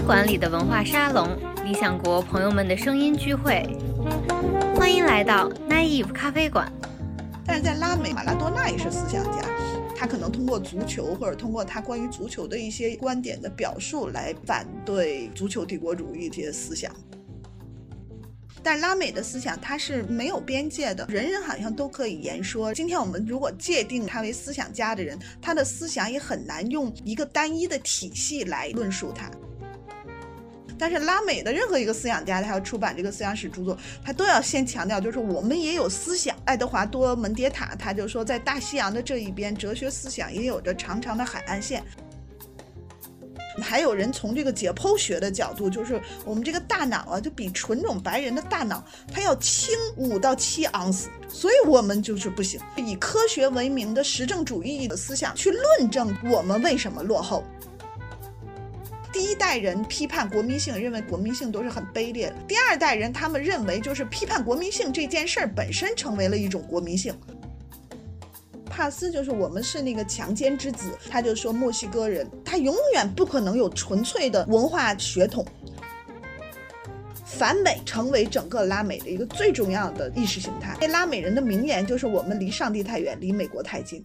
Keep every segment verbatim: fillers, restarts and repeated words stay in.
馆里的文化沙龙，理想国朋友们的声音聚会。欢迎来到 Naive 咖啡馆。 但是在拉美，马拉多纳也是思想家，他可能通过足球或者通过他关于足球的一些观点的表述来反对足球帝国主义这些思想。但拉美的思想它是没有边界的，人人好像都可以言说。今天我们如果界定他为思想家的人，他的思想也很难用一个单一的体系来论述他。但是拉美的任何一个思想家，他要出版这个思想史著作，他都要先强调，就是我们也有思想。爱德华多·门迭塔他就说，在大西洋的这一边，哲学思想也有着长长的海岸线。还有人从这个解剖学的角度，就是我们这个大脑啊，就比纯种白人的大脑它要轻五到七盎司，所以我们就是不行。以科学为名的实证主义的思想去论证我们为什么落后。第一代人批判国民性，认为国民性都是很卑劣的。第二代人他们认为，就是批判国民性这件事儿本身成为了一种国民性。帕斯就是我们是那个强奸之子，他就说墨西哥人他永远不可能有纯粹的文化血统。反美成为整个拉美的一个最重要的意识形态。拉美人的名言就是我们离上帝太远，离美国太近。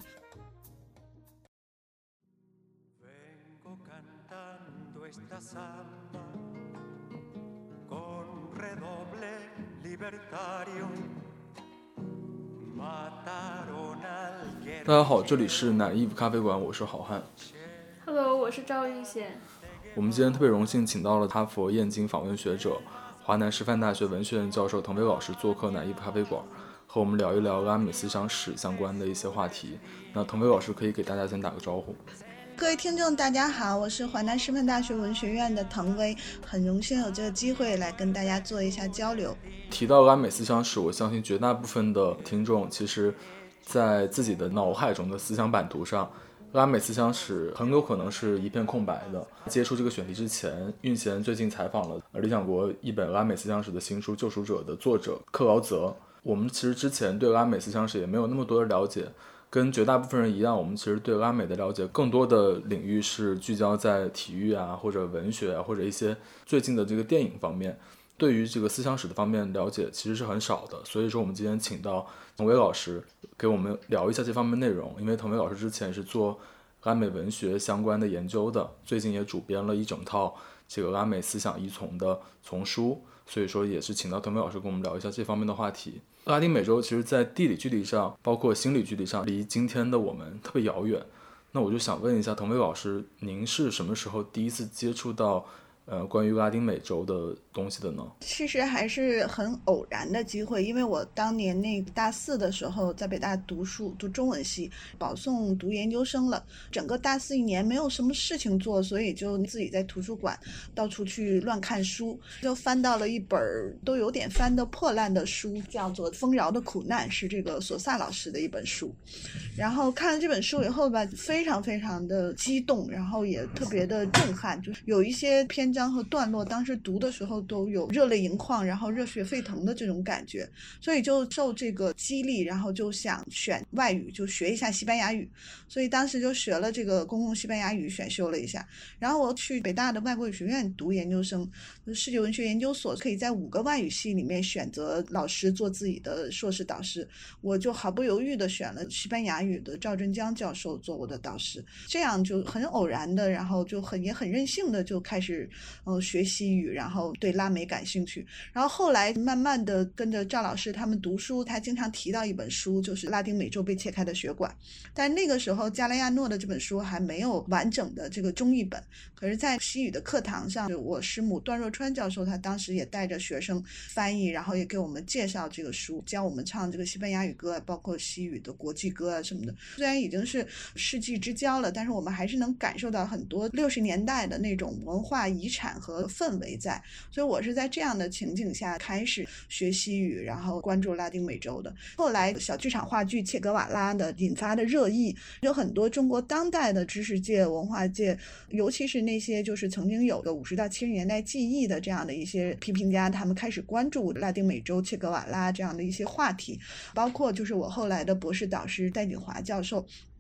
大家好，这里是Naive咖啡馆，我是好汉。 Hello， 我是赵玉贤。 我们今天特别荣幸请到了哈佛燕京访问学者、华南师范大学文学院教授滕薇老师做客Naive咖啡馆，和我们聊一聊拉美思想史相关的一些话题。那滕薇老师可以给大家先打个招呼。 各位听众大家好，我是华南师范大学文学院的滕薇，很荣幸有这个机会来跟大家做一下交流。 提到拉美思想史，我相信绝大部分的听众其实在自己的脑海中的思想版图上，拉美思想史很有可能是一片空白的。接触这个选题之前，运贤最近采访了理想国一本拉美思想史的新书《救赎者》的作者克劳泽。我们其实之前对拉美思想史也没有那么多的了解，跟绝大部分人一样，我们其实对拉美的了解更多的领域是聚焦在体育啊，或者文学啊，或者一些最近的这个电影方面。对于这个思想史的方面了解其实是很少的，所以说我们今天请到滕薇老师给我们聊一下这方面内容。因为滕薇老师之前是做拉美文学相关的研究的，最近也主编了一整套这个拉美思想依从的丛书，所以说也是请到滕薇老师跟我们聊一下这方面的话题。拉丁美洲其实在地理距离上，包括心理距离上，离今天的我们特别遥远。那我就想问一下滕薇老师，您是什么时候第一次接触到呃，关于拉丁美洲的东西的呢？ 其实还是很偶然的机会，因为我当年那大四的时候在北大读书，读中文系，保送读研究生了。整个大四一年没有什么事情做，所以就自己在图书馆到处去乱看书，就翻到了一本都有点翻得破烂的书，叫做《丰饶的苦难》，是这个索萨老师的一本书。然后看了这本书以后吧，非常非常的激动，然后也特别的震撼，就是有一些篇章和段落当时读的时候都有热泪盈眶，然后热血沸腾的这种感觉，所以就受这个激励，然后就想选外语，就学一下西班牙语，所以当时就学了这个公共西班牙语，选修了一下。然后我去北大的外国语学院读研究生，世界文学研究所可以在五个外语系里面选择老师做自己的硕士导师，我就毫不犹豫的选了西班牙语的赵振江教授做我的导师。这样就很偶然的，然后就很也很任性的就开始嗯、呃、学西语，然后对拉美感兴趣。然后后来慢慢的跟着赵老师他们读书，他经常提到一本书，就是拉丁美洲被切开的血管。但那个时候加雷亚诺的这本书还没有完整的这个中译本，可是在西语的课堂上，我师母段若川教授他当时也带着学生翻译，然后也给我们介绍这个书，教我们唱这个西班牙语歌，包括西语的国际歌啊什么的。虽然已经是世纪之交了，但是我们还是能感受到很多六十年代的那种文化遗产和氛围在。所以我是在这样的情景下开始学西语，然后关注拉丁美洲的。后来小剧场话剧切格瓦拉的引发的热议，有很多中国当代的知识界文化界，尤其是那些就是曾经有的五十到七十年代记忆的这样的一些批评家，他们开始关注拉丁美洲切格瓦拉这样的一些话题，包括就是我后来的博士导师戴锦华教授，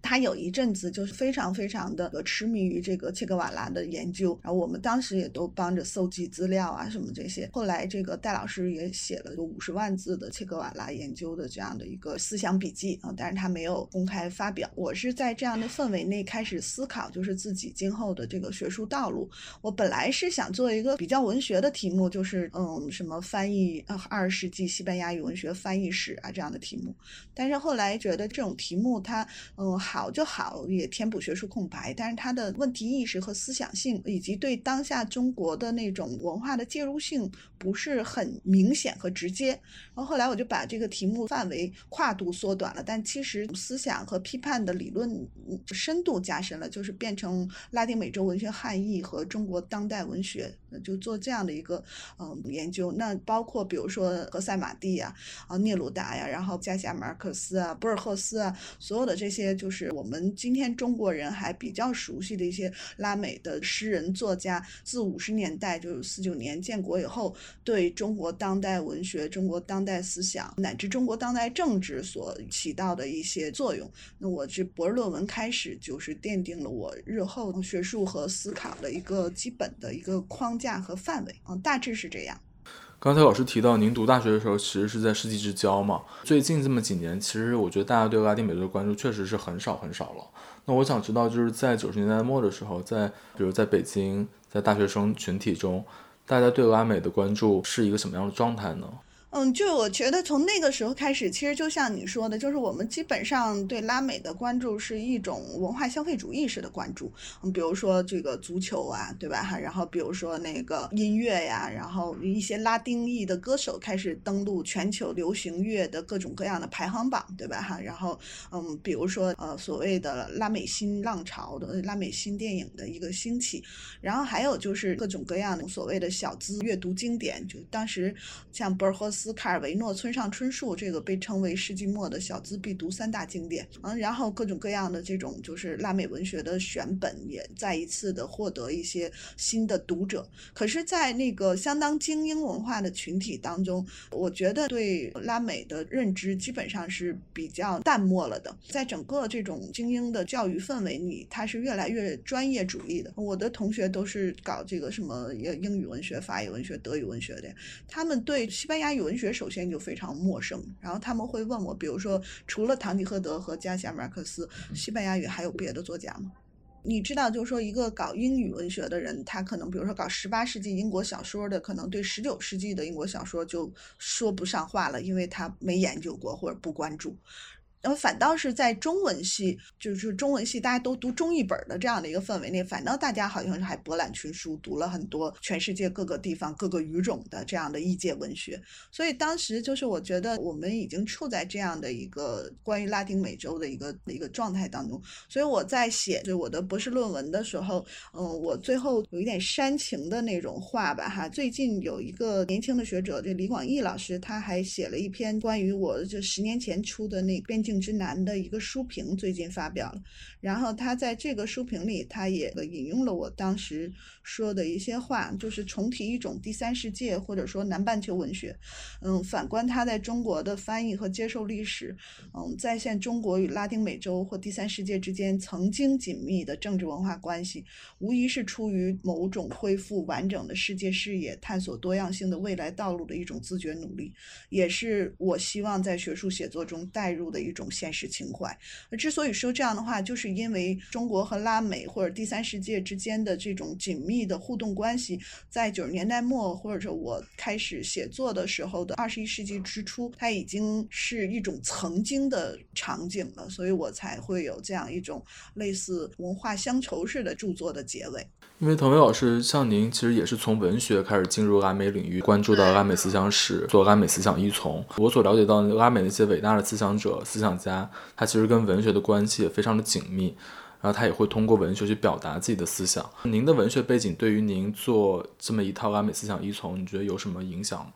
他有一阵子就是非常非常的痴迷于这个切格瓦拉的研究，然后我们当时也都帮着搜集资料啊什么这些。后来这个戴老师也写了五十万字的切格瓦拉研究的这样的一个思想笔记啊，但是他没有公开发表。我是在这样的氛围内开始思考，就是自己今后的这个学术道路。我本来是想做一个比较文学的题目，就是嗯什么翻译二十世纪西班牙语文学翻译史啊这样的题目，但是后来觉得这种题目它嗯好就好，也填补学术空白，但是它的问题意识和思想性以及对当下中国的那种文化的介入性不是很明显和直接。然后后来我就把这个题目范围跨度缩短了，但其实思想和批判的理论深度加深了，就是变成拉丁美洲文学汉译和中国当代文学，就做这样的一个嗯研究。那包括比如说何塞马蒂啊、啊聂鲁达呀，然后加西亚马尔克斯啊、博尔赫斯啊，所有的这些就是我们今天中国人还比较熟悉的一些拉美的诗人作家，自五十年代就是四九年建国以后，对中国当代文学、中国当代思想乃至中国当代政治所起到的一些作用。那我这博士论文开始就是奠定了我日后学术和思考的一个基本的一个框架和范围，嗯，大致是这样。 刚才老师提到您读大学的时候其实是在世纪之交嘛，最近这么几年其实我觉得大家对拉丁美洲的关注确实是很少很少了。那我想知道就是在九十年代末的时候，在比如在北京，在大学生群体中，大家对拉美的关注是一个什么样的状态呢？ 嗯，就我觉得从那个时候开始，其实就像你说的，就是我们基本上对拉美的关注是一种文化消费主义式的关注。嗯，比如说这个足球啊，对吧？哈，然后比如说那个音乐呀，然后一些拉丁裔的歌手开始登陆全球流行乐的各种各样的排行榜，对吧？哈，然后嗯，比如说呃所谓的拉美新浪潮的拉美新电影的一个兴起，然后还有就是各种各样的所谓的小资阅读经典，就当时像博尔赫斯、卡尔维诺、村上春树，这个被称为世纪末的小资必读三大经典。嗯，然后各种各样的这种就是拉美文学的选本也再一次的获得一些新的读者。可是在那个相当精英文化的群体当中，我觉得对拉美的认知基本上是比较淡漠了的。在整个这种精英的教育氛围里，它是越来越专业主义的。我的同学都是搞这个什么英语文学、法语文学、德语文学的，他们对西班牙语文学首先就非常陌生，然后他们会问我，比如说除了堂吉诃德和加西亚马尔克斯，西班牙语还有别的作家吗？你知道就是说一个搞英语文学的人，他可能比如说搞十八世纪英国小说的，可能对十九世纪的英国小说就说不上话了，因为他没研究过或者不关注。然后反倒是在中文系，就是中文系大家都读中译本的这样的一个氛围内，反倒大家好像还博览群书，读了很多全世界各个地方各个语种的这样的异界文学。所以当时就是我觉得我们已经处在这样的一个关于拉丁美洲的一个一个状态当中。所以我在写就我的博士论文的时候，嗯，我最后有一点煽情的那种话吧哈。最近有一个年轻的学者，这李广义老师，他还写了一篇关于我就十年前出的那个边境之南的一个书评，最近发表了。然后他在这个书评里，他也引用了我当时说的一些话，就是重提一种第三世界或者说南半球文学。嗯，反观他在中国的翻译和接受历史，嗯，再现中国与拉丁美洲或第三世界之间曾经紧密的政治文化关系，无疑是出于某种恢复完整的世界视野、探索多样性的未来道路的一种自觉努力，也是我希望在学术写作中带入的一种现实情怀。之所以说这样的话，就是因为中国和拉美或者第三世界之间的这种紧密的互动关系，在九十年代末或者说我开始写作的时候的二十一世纪之初，它已经是一种曾经的场景了，所以我才会有这样一种类似文化乡愁式的著作的结尾。 因为滕薇老师像您其实也是从文学开始进入拉美领域，关注到拉美思想史，做拉美思想依从。我所了解到拉美那些伟大的思想者思想家，他其实跟文学的关系也非常的紧密，然后他也会通过文学去表达自己的思想。您的文学背景对于您做这么一套拉美思想依从，你觉得有什么影响吗？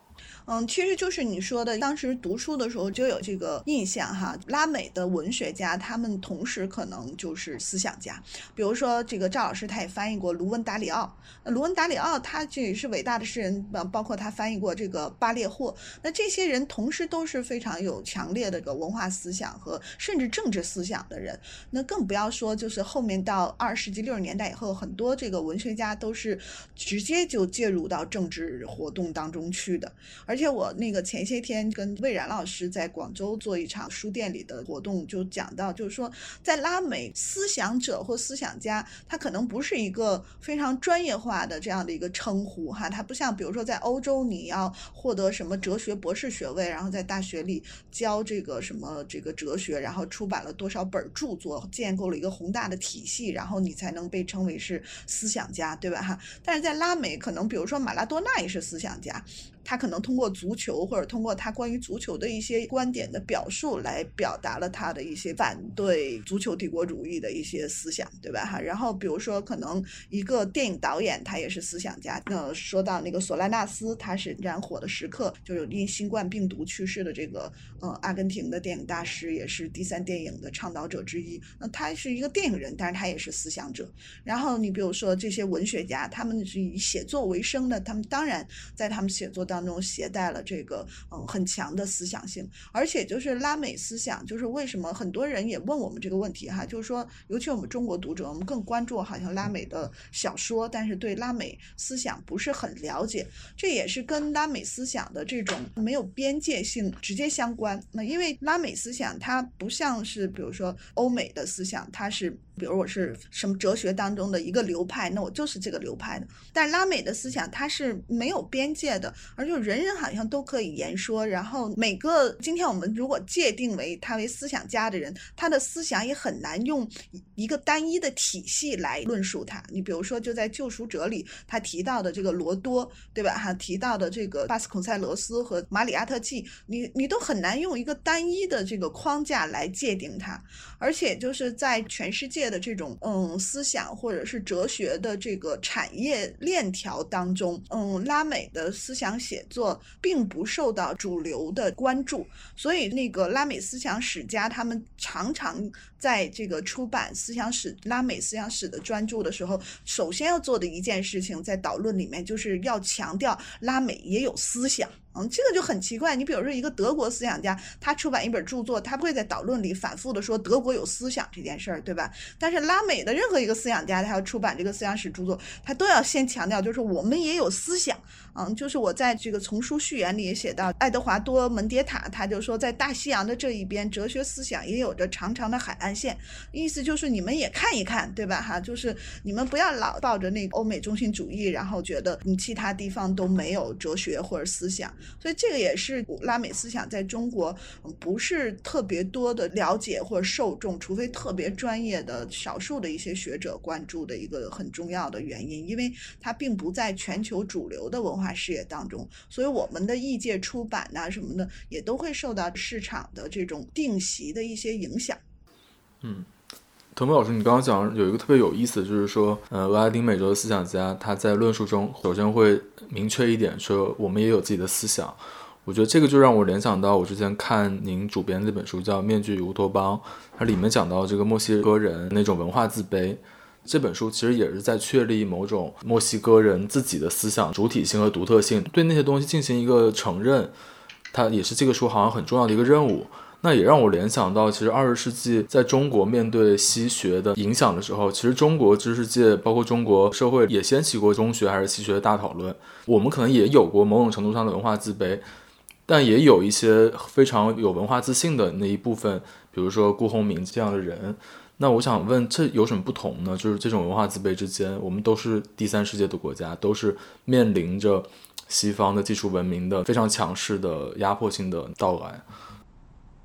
嗯，其实就是你说的，当时读书的时候就有这个印象哈。拉美的文学家，他们同时可能就是思想家。比如说这个赵老师他也翻译过卢文达里奥，那卢文达里奥他这也是伟大的诗人，包括他翻译过这个巴列霍。那这些人同时都是非常有强烈的这个文化思想和甚至政治思想的人。那更不要说就是后面到二十世纪六十年代以后，很多这个文学家都是直接就介入到政治活动当中去的。而且我那个前些天跟魏然老师在广州做一场书店里的活动，就讲到就是说在拉美思想者或思想家他可能不是一个非常专业化的这样的一个称呼哈，他不像比如说在欧洲你要获得什么哲学博士学位，然后在大学里教这个什么这个哲学，然后出版了多少本著作，建构了一个宏大的体系，然后你才能被称为是思想家，对吧哈？但是在拉美可能比如说马拉多纳也是思想家，他可能通过足球或者通过他关于足球的一些观点的表述来表达了他的一些反对足球帝国主义的一些思想，对吧哈？然后比如说可能一个电影导演他也是思想家，那说到那个索拉纳斯，他是燃火的时刻，就是因新冠病毒去世的这个呃阿根廷的电影大师，也是第三电影的倡导者之一。那他是一个电影人，但是他也是思想者。然后你比如说这些文学家，他们是以写作为生的，他们当然在他们写作当中携带了这个嗯很强的思想性。而且就是拉美思想，就是为什么很多人也问我们这个问题哈，就是说尤其我们中国读者，我们更关注好像拉美的小说，但是对拉美思想不是很了解，这也是跟拉美思想的这种没有边界性直接相关。那因为拉美思想它不像是比如说欧美的思想，它是比如我是什么哲学当中的一个流派，那我就是这个流派的。但拉美的思想它是没有边界的，而且人人好像都可以言说，然后每个今天我们如果界定为他为思想家的人，他的思想也很难用一个单一的体系来论述他。你比如说就在救赎者里他提到的这个罗多，对吧哈，提到的这个巴斯孔塞罗斯和马里亚特季，你你都很难用一个单一的这个框架来界定它。而且就是在全世界的这种嗯思想或者是哲学的这个产业链条当中，嗯拉美的思想写作并不受到主流的关注，所以那个拉美思想史家他们常常在这个出版思想史拉美思想史的专著的时候，首先要做的一件事情在导论里面就是要强调拉美也有思想。嗯，这个就很奇怪。你比如说一个德国思想家，他出版一本著作，他不会在导论里反复的说德国有思想这件事儿，对吧？但是拉美的任何一个思想家，他要出版这个思想史著作，他都要先强调就是我们也有思想。嗯，就是我在这个丛书序言里也写到，爱德华多·门迭塔他就说，在大西洋的这一边，哲学思想也有着长长的海岸线，意思就是你们也看一看，对吧哈？就是你们不要老抱着那个欧美中心主义，然后觉得你其他地方都没有哲学或者思想。所以这个也是拉美思想在中国不是特别多的了解或者受众，除非特别专业的少数的一些学者关注的一个很重要的原因，因为它并不在全球主流的文化视野当中，所以我们的译介出版啊什么的也都会受到市场的这种定席的一些影响。 嗯，滕波老师，你刚刚讲有一个特别有意思，就是说，呃，俄拉丁美洲的思想家他在论述中首先会明确一点，说我们也有自己的思想。我觉得这个就让我联想到我之前看您主编的那本书叫《面具与乌托邦》，它里面讲到这个墨西哥人那种文化自卑。这本书其实也是在确立某种墨西哥人自己的思想主体性和独特性，对那些东西进行一个承认，它也是这个书好像很重要的一个任务。那也让我联想到，其实二十世纪在中国面对西学的影响的时候，其实中国知识界包括中国社会也掀起过中学还是西学的大讨论。我们可能也有过某种程度上的文化自卑，但也有一些非常有文化自信的那一部分，比如说顾鸿铭这样的人。那我想问，这有什么不同呢？就是这种文化自卑之间，我们都是第三世界的国家，都是面临着西方的技术文明的非常强势的压迫性的到来。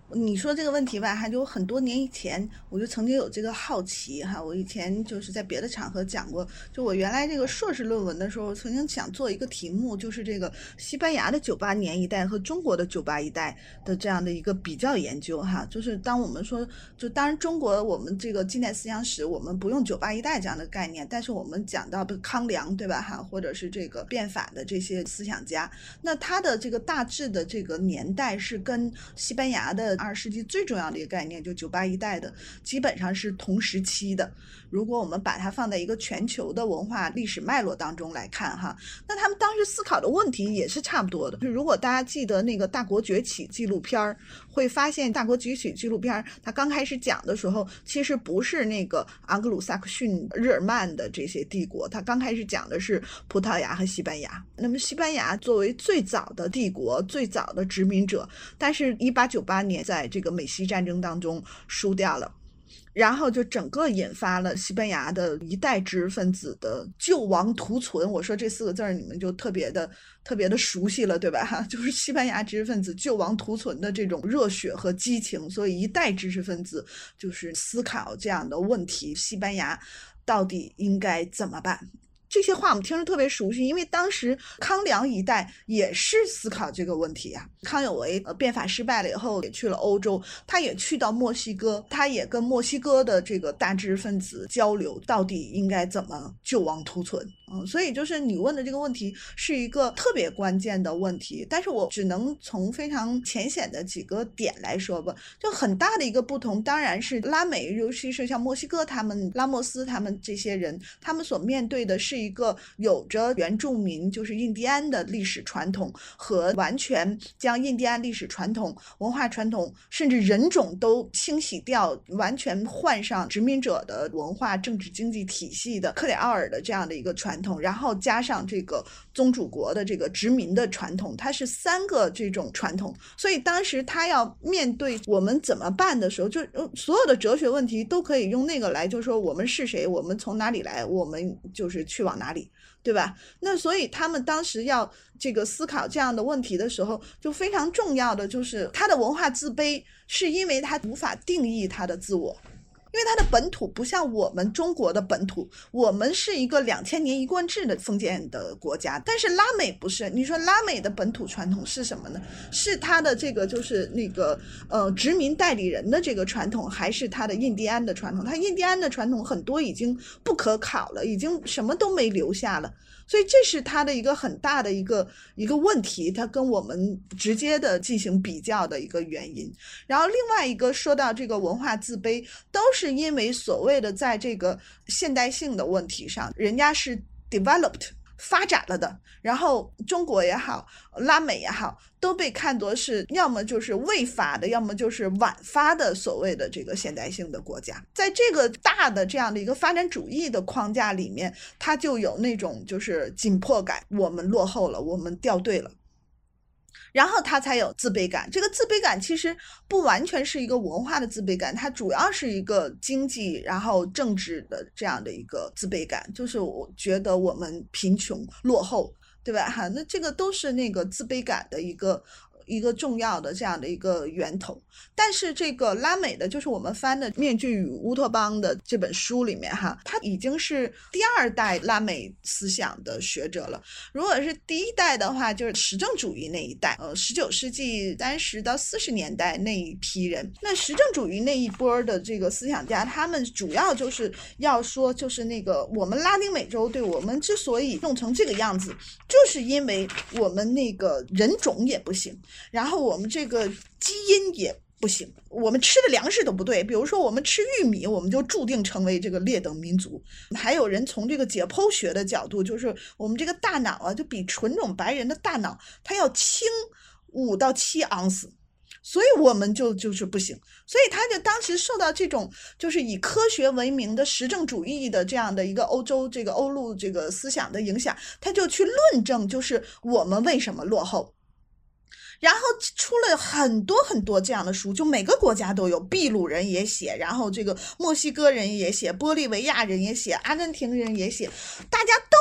你说这个问题吧，还就很多年以前我就曾经有这个好奇哈，我以前就是在别的场合讲过，就我原来这个硕士论文的时候，曾经想做一个题目，就是这个西班牙的九八年一代和中国的九八一代的这样的一个比较研究哈，就是当我们说，就当然中国我们这个近代思想史我们不用九八一代这样的概念，但是我们讲到康梁对吧哈，或者是这个变法的这些思想家，那他的这个大致的这个年代是跟西班牙的二十世纪最重要的一个概念，就九八一代的基本上是同时期的。如果我们把它放在一个全球的文化历史脉络当中来看哈，那他们当时思考的问题也是差不多的。如果大家记得那个大国崛起纪录片，会发现大国崛起纪录片它刚开始讲的时候，其实不是那个盎格鲁撒克逊日耳曼的这些帝国，它刚开始讲的是葡萄牙和西班牙。那么西班牙作为最早的帝国，最早的殖民者，但是一八九八年在这个美西战争当中输掉了，然后就整个引发了西班牙的一代知识分子的救亡图存。我说这四个字你们就特别的特别的熟悉了对吧，就是西班牙知识分子救亡图存的这种热血和激情，所以一代知识分子就是思考这样的问题，西班牙到底应该怎么办。这些话我们听着特别熟悉，因为当时康梁一代也是思考这个问题啊。康有为呃变法失败了以后也去了欧洲，他也去到墨西哥，他也跟墨西哥的这个大知识分子交流，到底应该怎么救亡图存。嗯，所以就是你问的这个问题是一个特别关键的问题，但是我只能从非常浅显的几个点来说吧。就很大的一个不同当然是拉美，尤其是像墨西哥他们拉莫斯他们这些人，他们所面对的是一个有着原住民就是印第安的历史传统，和完全将印第安历史传统文化传统甚至人种都清洗掉，完全换上殖民者的文化政治经济体系的克里奥尔的这样的一个传统，然后加上这个宗主国的这个殖民的传统，它是三个这种传统。所以当时他要面对我们怎么办的时候，就所有的哲学问题都可以用那个来，就是说我们是谁，我们从哪里来，我们就是去往哪里，对吧？那所以他们当时要这个思考这样的问题的时候，就非常重要的就是他的文化自卑，是因为他无法定义他的自我。因为它的本土不像我们中国的本土，我们是一个两千年一贯制的封建的国家，但是拉美不是。你说拉美的本土传统是什么呢？是它的这个就是那个呃殖民代理人的这个传统，还是它的印第安的传统？它印第安的传统很多已经不可考了，已经什么都没留下了。所以这是它的一个很大的一个一个问题，它跟我们直接的进行比较的一个原因。然后另外一个说到这个文化自卑，都是因为所谓的在这个现代性的问题上，人家是 developed 发展了的，然后中国也好，拉美也好，都被看作是要么就是未发的，要么就是晚发的所谓的这个现代性的国家。在这个大的这样的一个发展主义的框架里面，它就有那种就是紧迫感，我们落后了，我们掉队了，然后他才有自卑感。这个自卑感其实不完全是一个文化的自卑感，它主要是一个经济然后政治的这样的一个自卑感，就是我觉得我们贫穷落后，对吧哈？那这个都是那个自卑感的一个一个重要的这样的一个源头。但是这个拉美的，就是我们翻的《面具与乌托邦》的这本书里面哈，他已经是第二代拉美思想的学者了。如果是第一代的话，就是实证主义那一代，呃，十九世纪三十到四十年代那一批人。那实证主义那一波的这个思想家，他们主要就是要说，就是那个我们拉丁美洲对我们之所以弄成这个样子，就是因为我们那个人种也不行，然后我们这个基因也不行，我们吃的粮食都不对，比如说我们吃玉米，我们就注定成为这个劣等民族。还有人从这个解剖学的角度，就是我们这个大脑啊，就比纯种白人的大脑它要轻五到七盎司，所以我们就就是不行。所以他就当时受到这种就是以科学为名的实证主义的这样的一个欧洲这个欧陆这个思想的影响，他就去论证就是我们为什么落后。然后出了很多很多这样的书，就每个国家都有，秘鲁人也写，然后这个墨西哥人也写，玻利维亚人也写，阿根廷人也写，大家都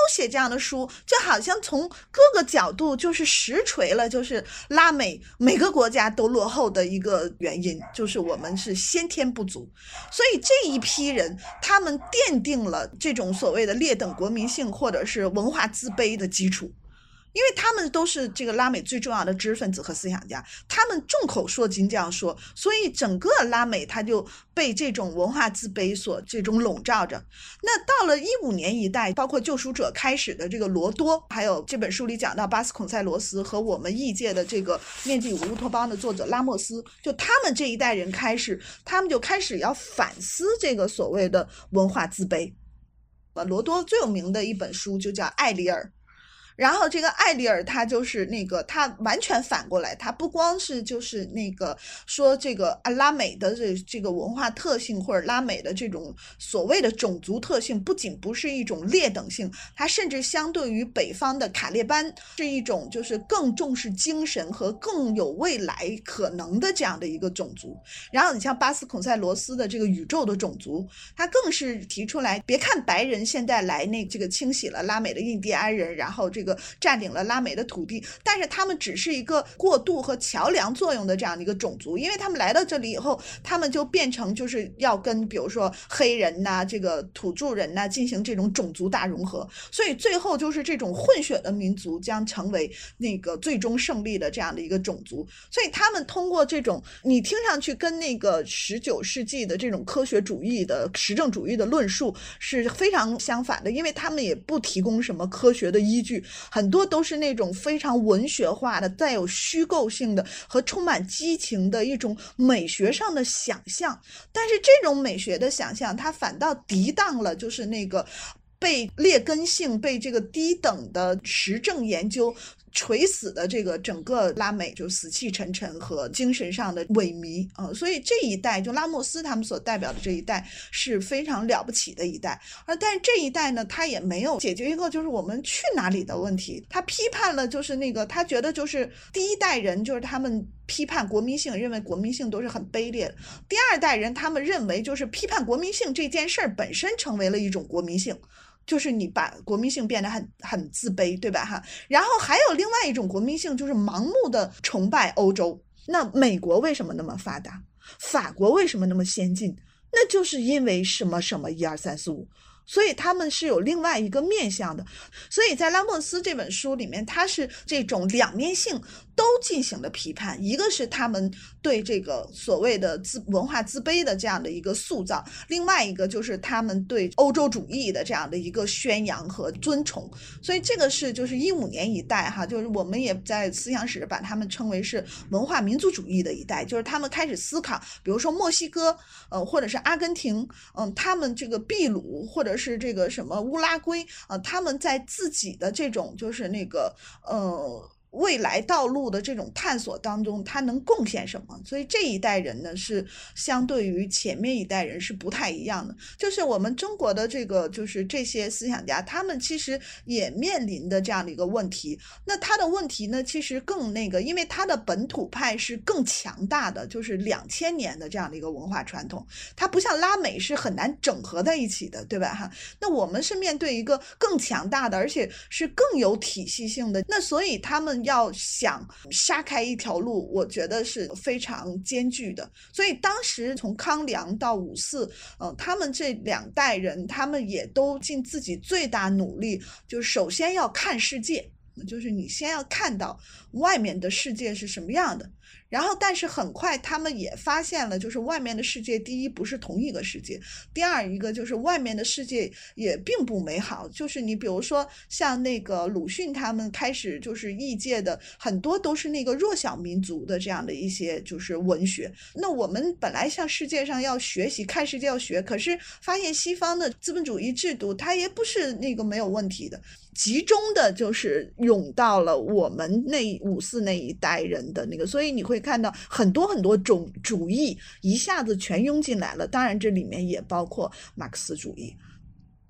写这样的书，就好像从各个角度就是实锤了，就是拉美每个国家都落后的一个原因，就是我们是先天不足。所以这一批人他们奠定了这种所谓的劣等国民性或者是文化自卑的基础，因为他们都是这个拉美最重要的知识分子和思想家，他们众口铄金这样说，所以整个拉美它就被这种文化自卑所这种笼罩着。那到了一五年一代，包括救赎者开始的这个罗多，还有这本书里讲到巴斯孔塞罗斯和我们异界的这个面具与乌托邦的作者拉莫斯，就他们这一代人开始，他们就开始要反思这个所谓的文化自卑。罗多最有名的一本书就叫《艾里尔》，然后这个艾里尔他就是那个他完全反过来，他不光是就是那个说这个拉美的这这个文化特性或者拉美的这种所谓的种族特性不仅不是一种劣等性，它甚至相对于北方的卡列班是一种就是更重视精神和更有未来可能的这样的一个种族。然后你像巴斯孔塞罗斯的这个宇宙的种族，他更是提出来，别看白人现在来那这个清洗了拉美的印第安人，然后这个占领了拉美的土地，但是他们只是一个过渡和桥梁作用的这样的一个种族，因为他们来到这里以后，他们就变成就是要跟比如说黑人呐、啊、这个土著人呐、啊、进行这种种族大融合，所以最后就是这种混血的民族将成为那个最终胜利的这样的一个种族。所以他们通过这种你听上去跟那个十九世纪的这种科学主义的实证主义的论述是非常相反的，因为他们也不提供什么科学的依据，很多都是那种非常文学化的带有虚构性的和充满激情的一种美学上的想象。但是这种美学的想象它反倒抵挡了就是那个被劣根性被这个低等的实证研究垂死的这个整个拉美就死气沉沉和精神上的萎靡啊、呃，所以这一代就拉莫斯他们所代表的这一代是非常了不起的一代。而但是这一代呢，他也没有解决一个就是我们去哪里的问题，他批判了就是那个他觉得就是第一代人就是他们批判国民性，认为国民性都是很卑劣的。第二代人他们认为就是批判国民性这件事儿本身成为了一种国民性，就是你把国民性变得很很自卑，对吧哈？然后还有另外一种国民性，就是盲目的崇拜欧洲。那美国为什么那么发达？法国为什么那么先进？那就是因为什么什么一二三四五。所以他们是有另外一个面向的。所以在拉莫斯这本书里面，他是这种两面性都进行了批判，一个是他们对这个所谓的自文化自卑的这样的一个塑造，另外一个就是他们对欧洲主义的这样的一个宣扬和尊崇。所以这个是就是一五年一代哈，就是我们也在思想史把他们称为是文化民族主义的一代，就是他们开始思考，比如说墨西哥呃或者是阿根廷嗯、呃、他们这个秘鲁或者是这个什么乌拉圭啊、呃，他们在自己的这种就是那个呃未来道路的这种探索当中，他能贡献什么？所以这一代人呢，是相对于前面一代人是不太一样的。就是我们中国的这个，就是这些思想家，他们其实也面临的这样的一个问题。那他的问题呢，其实更那个，因为他的本土派是更强大的，就是两千年的这样的一个文化传统，它不像拉美是很难整合在一起的，对吧？哈，那我们是面对一个更强大的，而且是更有体系性的。那所以他们要想杀开一条路，我觉得是非常艰巨的。所以当时从康梁到五四，呃，他们这两代人，他们也都尽自己最大努力，就是首先要看世界，就是你先要看到外面的世界是什么样的。然后但是很快他们也发现了，就是外面的世界，第一不是同一个世界，第二一个就是外面的世界也并不美好。就是你比如说像那个鲁迅他们开始就是异界的很多都是那个弱小民族的这样的一些就是文学。那我们本来向世界上要学习，看世界要学，可是发现西方的资本主义制度它也不是那个没有问题的，集中的就是涌到了我们那五四那一代人的那个，所以你会看到很多很多种主义一下子全涌进来了。当然这里面也包括马克思主义。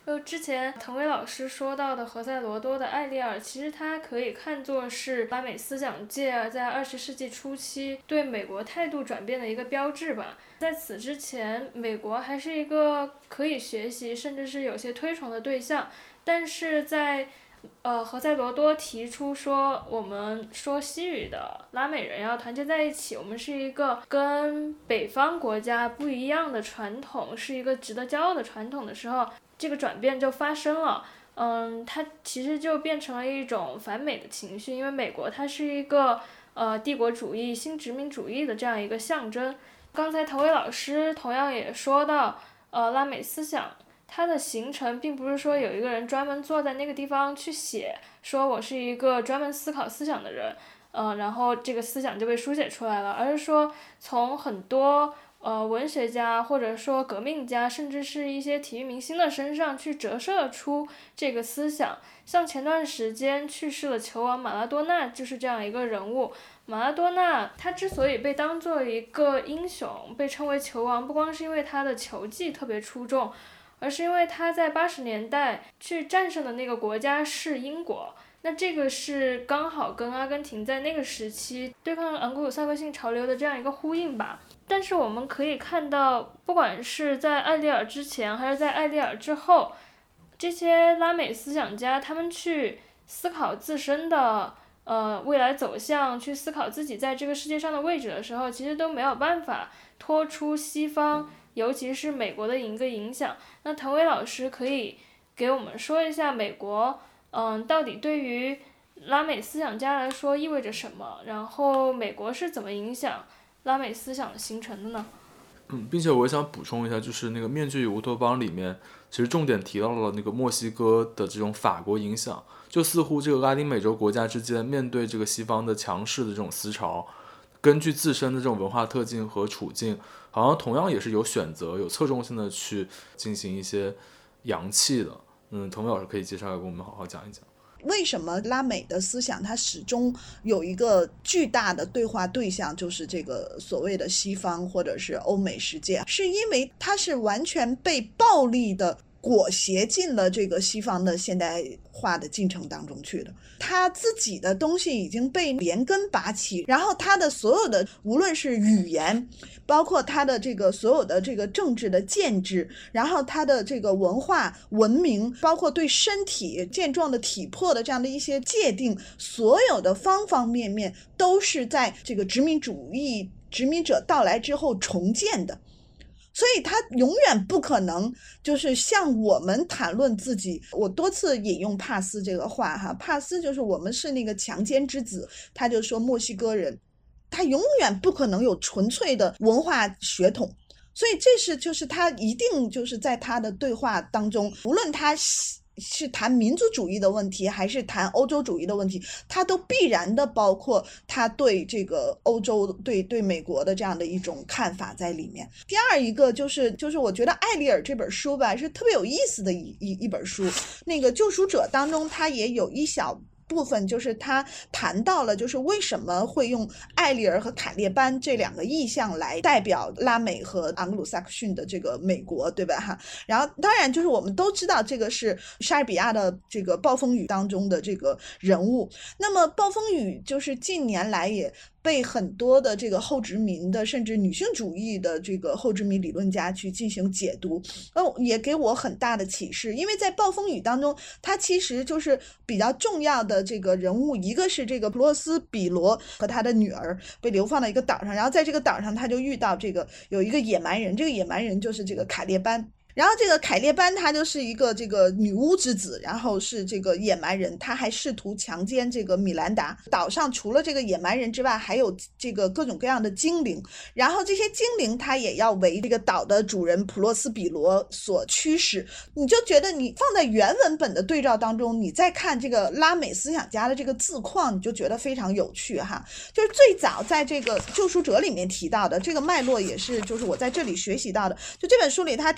就之前滕伟老师说到的何塞罗多的艾丽尔，其实它可以看作是拉美思想界在二十世纪初期对美国态度转变的一个标志吧。在此之前，美国还是一个可以学习甚至是有些推崇的对象，但是在呃，何塞罗多提出说，我们说西语的拉美人要团结在一起，我们是一个跟北方国家不一样的传统，是一个值得骄傲的传统的时候，这个转变就发生了。嗯，它其实就变成了一种反美的情绪，因为美国它是一个呃帝国主义、新殖民主义的这样一个象征。刚才滕伟老师同样也说到，呃，拉美思想它的形成并不是说有一个人专门坐在那个地方去写，说我是一个专门思考思想的人，呃，然后这个思想就被书写出来了，而是说从很多呃文学家或者说革命家，甚至是一些体育明星的身上去折射出这个思想。像前段时间去世了球王马拉多纳就是这样一个人物。马拉多纳他之所以被当作一个英雄，被称为球王，不光是因为他的球技特别出众，而是因为他在八十年代去战胜的那个国家是英国，那这个是刚好跟阿根廷在那个时期对抗昂古鲁萨克逊潮流的这样一个呼应吧。但是我们可以看到，不管是在艾丽尔之前还是在艾丽尔之后，这些拉美思想家他们去思考自身的呃未来走向，去思考自己在这个世界上的位置的时候，其实都没有办法脱出西方尤其是美国的一个影响。那滕伟老师可以给我们说一下美国嗯，到底对于拉美思想家来说意味着什么，然后美国是怎么影响拉美思想的形成的呢？ 嗯，并且我也想补充一下，就是那个《面具与乌托邦》里面其实重点提到了那个墨西哥的这种法国影响，就似乎这个拉丁美洲国家之间面对这个西方的强势的这种思潮，根据自身的这种文化特性和处境，好像同样也是有选择有侧重性的去进行一些扬弃的。嗯，滕伟老师可以接下来跟我们好好讲一讲为什么拉美的思想它始终有一个巨大的对话对象，就是这个所谓的西方或者是欧美世界，是因为它是完全被暴力的裹挟进了这个西方的现代化的进程当中去的，他自己的东西已经被连根拔起，然后他的所有的无论是语言，包括他的这个所有的这个政治的建制，然后他的这个文化文明，包括对身体健壮的体魄的这样的一些界定，所有的方方面面都是在这个殖民主义殖民者到来之后重建的。所以他永远不可能就是像我们谈论自己，我多次引用帕斯这个话哈，帕斯就是我们是那个强奸之子，他就说墨西哥人他永远不可能有纯粹的文化血统，所以这是就是他一定就是在他的对话当中，无论他是谈民族主义的问题还是谈欧洲主义的问题，它都必然的包括他对这个欧洲对对美国的这样的一种看法在里面。第二一个就是就是我觉得艾丽尔这本书吧是特别有意思的一一一本书，那个救赎者当中他也有一小部分就是他谈到了就是为什么会用艾丽尔和卡列班这两个意象来代表拉美和昂格鲁萨克逊的这个美国，对吧哈？然后当然就是我们都知道这个是莎士比亚的这个暴风雨当中的这个人物，那么暴风雨就是近年来也被很多的这个后殖民的甚至女性主义的这个后殖民理论家去进行解读，呃，也给我很大的启示。因为在暴风雨当中，它其实就是比较重要的这个人物，一个是这个普洛斯比罗和他的女儿被流放到一个岛上，然后在这个岛上他就遇到这个有一个野蛮人，这个野蛮人就是这个卡列班。然后这个凯列班他就是一个这个女巫之子，然后是这个野蛮人，他还试图强奸这个米兰达。岛上除了这个野蛮人之外，还有这个各种各样的精灵，然后这些精灵他也要为这个岛的主人普洛斯比罗所驱使。你就觉得你放在原文本的对照当中，你再看这个拉美思想家的这个字况，你就觉得非常有趣哈。就是最早在这个救赎者里面提到的这个脉络，也是就是我在这里学习到的。就这本书里他提到，就是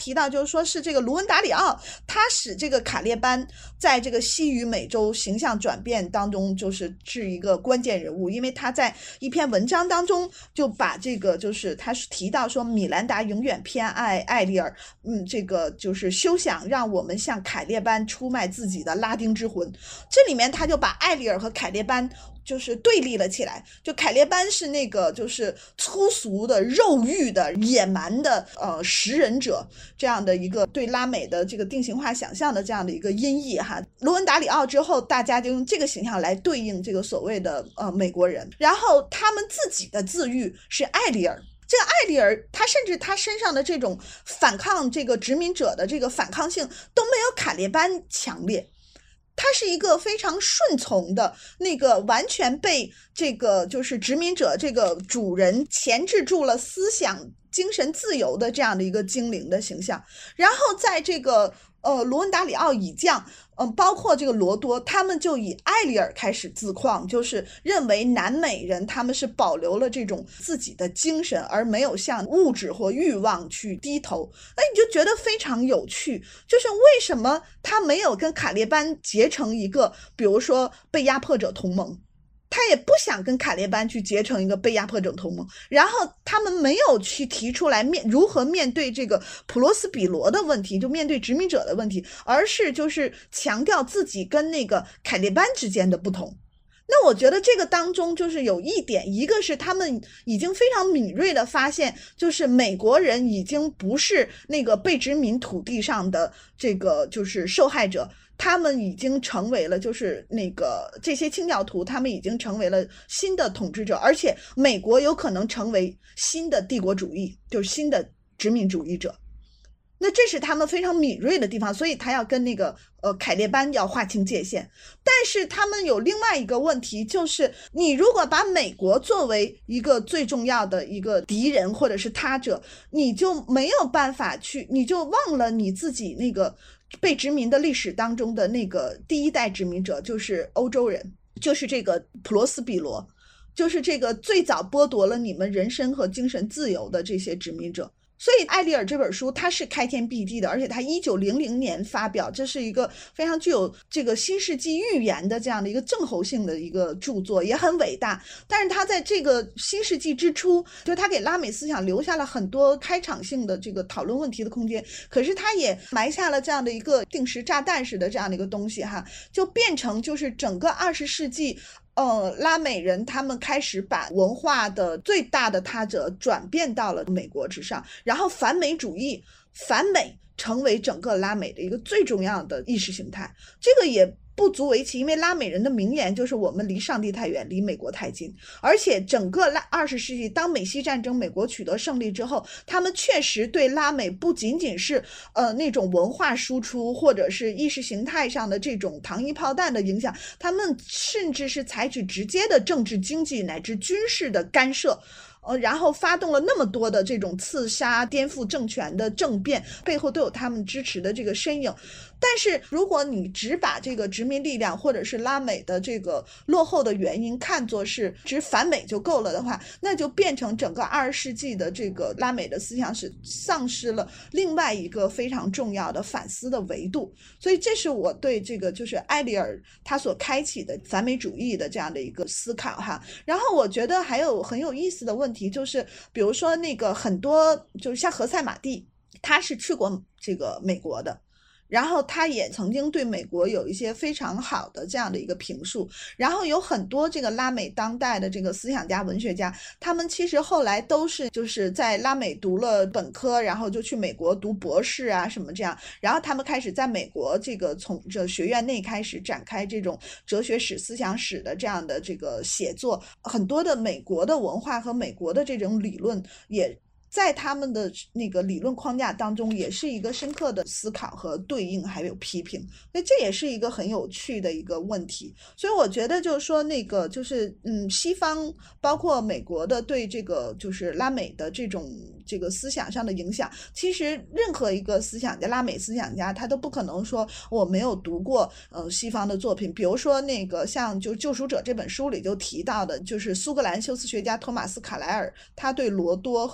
就是说是这个卢恩达里奥，他使这个卡列班在这个西语美洲形象转变当中就是是一个关键人物，因为他在一篇文章当中就把这个就是他是提到说米兰达永远偏爱艾丽尔，嗯，这个就是休想让我们向凯列班出卖自己的拉丁之魂。这里面他就把艾丽尔和凯列班就是对立了起来，就凯列班是那个就是粗俗的肉欲的野蛮的呃食人者这样的一个对拉美的这个定型化想象的这样的一个音译哈。卢恩达里奥之后大家就用这个形象来对应这个所谓的呃美国人，然后他们自己的自喻是艾丽尔。这个艾丽尔他甚至他身上的这种反抗这个殖民者的这个反抗性都没有卡列班强烈，他是一个非常顺从的那个完全被这个就是殖民者这个主人钳制住了思想精神自由的这样的一个精灵的形象。然后在这个呃卢恩达里奥以降，嗯、呃，包括这个罗多，他们就以艾丽尔开始自况，就是认为南美人他们是保留了这种自己的精神，而没有向物质或欲望去低头。那你就觉得非常有趣，就是为什么他没有跟卡列班结成一个，比如说被压迫者同盟？他也不想跟卡列班去结成一个被压迫者同盟，然后他们没有去提出来面如何面对这个普罗斯比罗的问题，就面对殖民者的问题，而是就是强调自己跟那个卡列班之间的不同。那我觉得这个当中就是有一点，一个是他们已经非常敏锐的发现，就是美国人已经不是那个被殖民土地上的这个就是受害者，他们已经成为了就是那个这些清教徒，他们已经成为了新的统治者，而且美国有可能成为新的帝国主义，就是新的殖民主义者。那这是他们非常敏锐的地方，所以他要跟那个呃凯列班要划清界限。但是他们有另外一个问题，就是你如果把美国作为一个最重要的一个敌人或者是他者，你就没有办法去，你就忘了你自己那个被殖民的历史当中的那个第一代殖民者，就是欧洲人，就是这个普罗斯比罗，就是这个最早剥夺了你们人身和精神自由的这些殖民者。所以艾丽尔这本书它是开天辟地的，而且它一九零零年发表，这是一个非常具有这个新世纪预言的这样的一个正候性的一个著作，也很伟大。但是它在这个新世纪之初，就它给拉美思想留下了很多开场性的这个讨论问题的空间，可是它也埋下了这样的一个定时炸弹式的这样的一个东西哈，就变成就是整个二十世纪呃，拉美人他们开始把文化的最大的他者转变到了美国之上，然后反美主义、反美成为整个拉美的一个最重要的意识形态。这个也不足为奇，因为拉美人的名言就是我们离上帝太远，离美国太近。而且整个拉二十世纪，当美西战争美国取得胜利之后，他们确实对拉美不仅仅是呃那种文化输出或者是意识形态上的这种糖衣炮弹的影响，他们甚至是采取直接的政治经济乃至军事的干涉，呃，然后发动了那么多的这种刺杀、颠覆政权的政变，背后都有他们支持的这个身影。但是如果你只把这个殖民力量或者是拉美的这个落后的原因看作是只反美就够了的话，那就变成整个二十世纪的这个拉美的思想是丧失了另外一个非常重要的反思的维度。所以这是我对这个就是艾丽尔他所开启的反美主义的这样的一个思考哈。然后我觉得还有很有意思的问题，就是比如说那个很多就是像何塞马蒂，他是去过这个美国的，然后他也曾经对美国有一些非常好的这样的一个评述，然后有很多这个拉美当代的这个思想家、文学家，他们其实后来都是就是在拉美读了本科，然后就去美国读博士啊什么这样，然后他们开始在美国这个从这学院内开始展开这种哲学史、思想史的这样的这个写作，很多的美国的文化和美国的这种理论也在他们的那个理论框架当中也是一个深刻的思考和对应还有批评，所以这也是一个很有趣的一个问题。所以我觉得就是说那个就是嗯，西方包括美国的对这个就是拉美的这种这个思想上的影响，其实任何一个思想家拉美思想家他都不可能说我没有读过呃西方的作品。比如说那个像就救赎者这本书里就提到的，就是苏格兰修辞学家托马斯卡莱尔，他对罗多和这个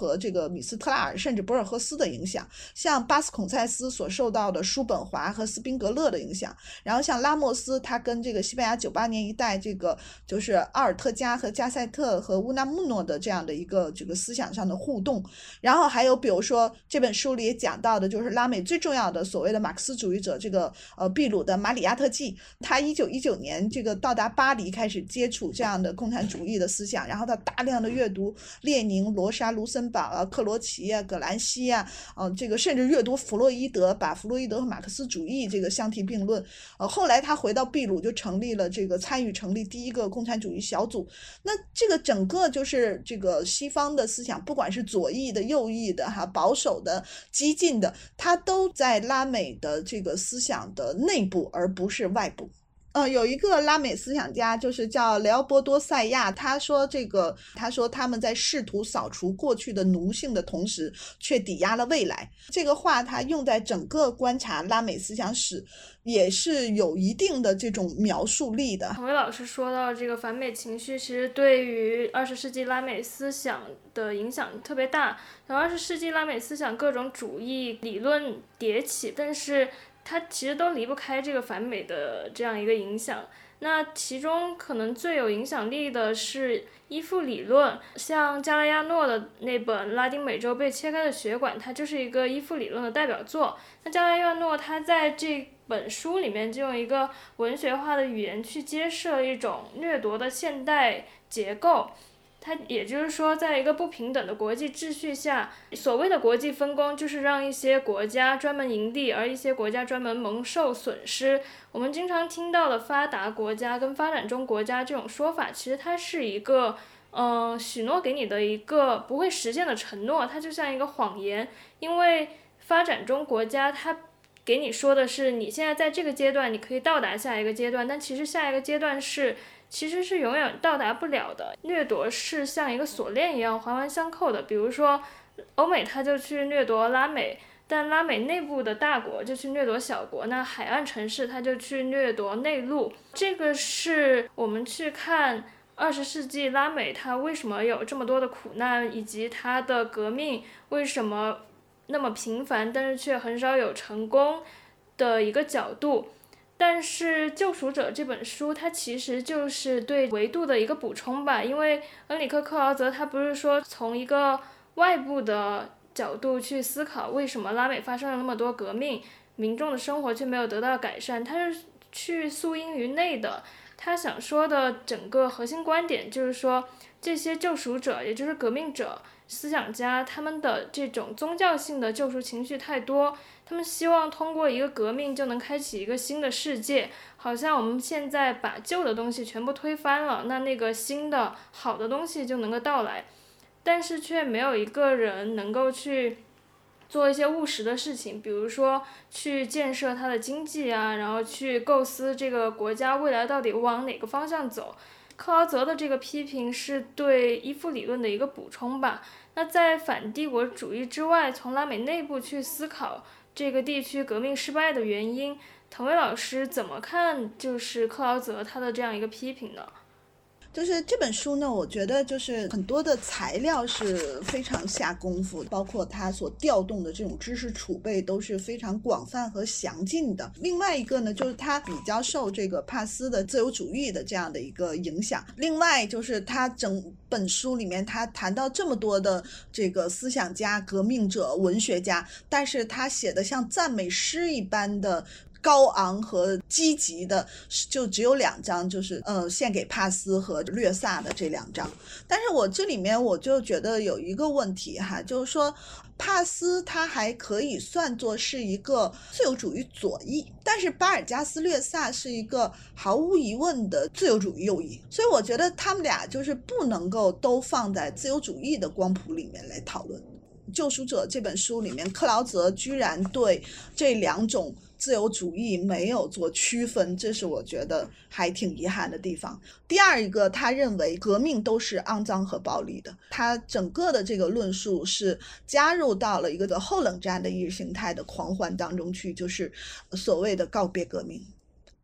米斯特拉尔甚至博尔赫斯的影响，像巴斯孔塞斯所受到的叔本华和斯宾格勒的影响，然后像拉莫斯他跟这个西班牙九八年一代这个就是阿尔特加和加塞特和乌纳穆诺的这样的一个这个思想上的互动，然后还有比如说这本书里也讲到的就是拉美最重要的所谓的马克思主义者这个呃秘鲁的马里亚特季，他一九一九年这个到达巴黎开始接触这样的共产主义的思想，然后他大量的阅读列宁、罗莎、卢森堡啊、克罗齐啊、葛兰西啊，呃，这个甚至阅读弗洛伊德，把弗洛伊德和马克思主义这个相提并论。呃，后来他回到秘鲁就成立了这个参与成立第一个共产主义小组。那这个整个就是这个西方的思想，不管是左翼的、右翼的、哈保守的、激进的，它都在拉美的这个思想的内部，而不是外部。呃，有一个拉美思想家就是叫雷奥波多塞亚，他说这个他说他们在试图扫除过去的奴性的同时却抵押了未来，这个话他用在整个观察拉美思想史也是有一定的这种描述力的。 彭威老师说到这个反美情绪其实对于二十世纪拉美思想的影响特别大，然后二十世纪拉美思想各种主义理论迭起，但是它其实都离不开这个反美的这样一个影响。那其中可能最有影响力的是依附理论，像加拉亚诺的那本《拉丁美洲被切开的血管》，它就是一个依附理论的代表作。那加拉亚诺他在这本书里面就用一个文学化的语言去揭示一种掠夺的现代结构。它也就是说，在一个不平等的国际秩序下，所谓的国际分工就是让一些国家专门盈利，而一些国家专门蒙受损失。我们经常听到的发达国家跟发展中国家这种说法，其实它是一个嗯、呃、许诺给你的一个不会实现的承诺，它就像一个谎言。因为发展中国家它给你说的是你现在在这个阶段你可以到达下一个阶段，但其实下一个阶段是其实是永远到达不了的。掠夺是像一个锁链一样环环相扣的，比如说欧美它就去掠夺拉美，但拉美内部的大国就去掠夺小国，那海岸城市它就去掠夺内陆。这个是我们去看二十世纪拉美它为什么有这么多的苦难，以及它的革命为什么那么频繁但是却很少有成功的一个角度。但是《救赎者》这本书它其实就是对维度的一个补充吧，因为恩里克·克劳泽他不是说从一个外部的角度去思考为什么拉美发生了那么多革命，民众的生活却没有得到改善，他是去溯因于内的。他想说的整个核心观点就是说，这些救赎者也就是革命者思想家，他们的这种宗教性的救赎情绪太多，他们希望通过一个革命就能开启一个新的世界，好像我们现在把旧的东西全部推翻了，那那个新的好的东西就能够到来。但是却没有一个人能够去做一些务实的事情，比如说去建设它的经济啊，然后去构思这个国家未来到底往哪个方向走。克劳泽的这个批评是对依附理论的一个补充吧。那在反帝国主义之外，从拉美内部去思考这个地区革命失败的原因，滕薇老师怎么看就是克劳泽他的这样一个批评呢？ 就是这本书呢，我觉得就是很多的材料是非常下功夫，包括他所调动的这种知识储备都是非常广泛和详尽的。另外一个呢，就是他比较受这个帕斯的自由主义的这样的一个影响。另外就是他整本书里面他谈到这么多的这个思想家、革命者、文学家，但是他写的像赞美诗一般的高昂和积极的就只有两章，就是呃献给帕斯和略萨的这两章。但是我这里面我就觉得有一个问题哈，就是说帕斯他还可以算作是一个自由主义左翼，但是巴尔加斯略萨是一个毫无疑问的自由主义右翼，所以我觉得他们俩就是不能够都放在自由主义的光谱里面来讨论。救赎者这本书里面，克劳泽居然对这两种自由主义没有做区分，这是我觉得还挺遗憾的地方。第二一个，他认为革命都是肮脏和暴力的，他整个的这个论述是加入到了一个后冷战的意识形态的狂欢当中去，就是所谓的告别革命。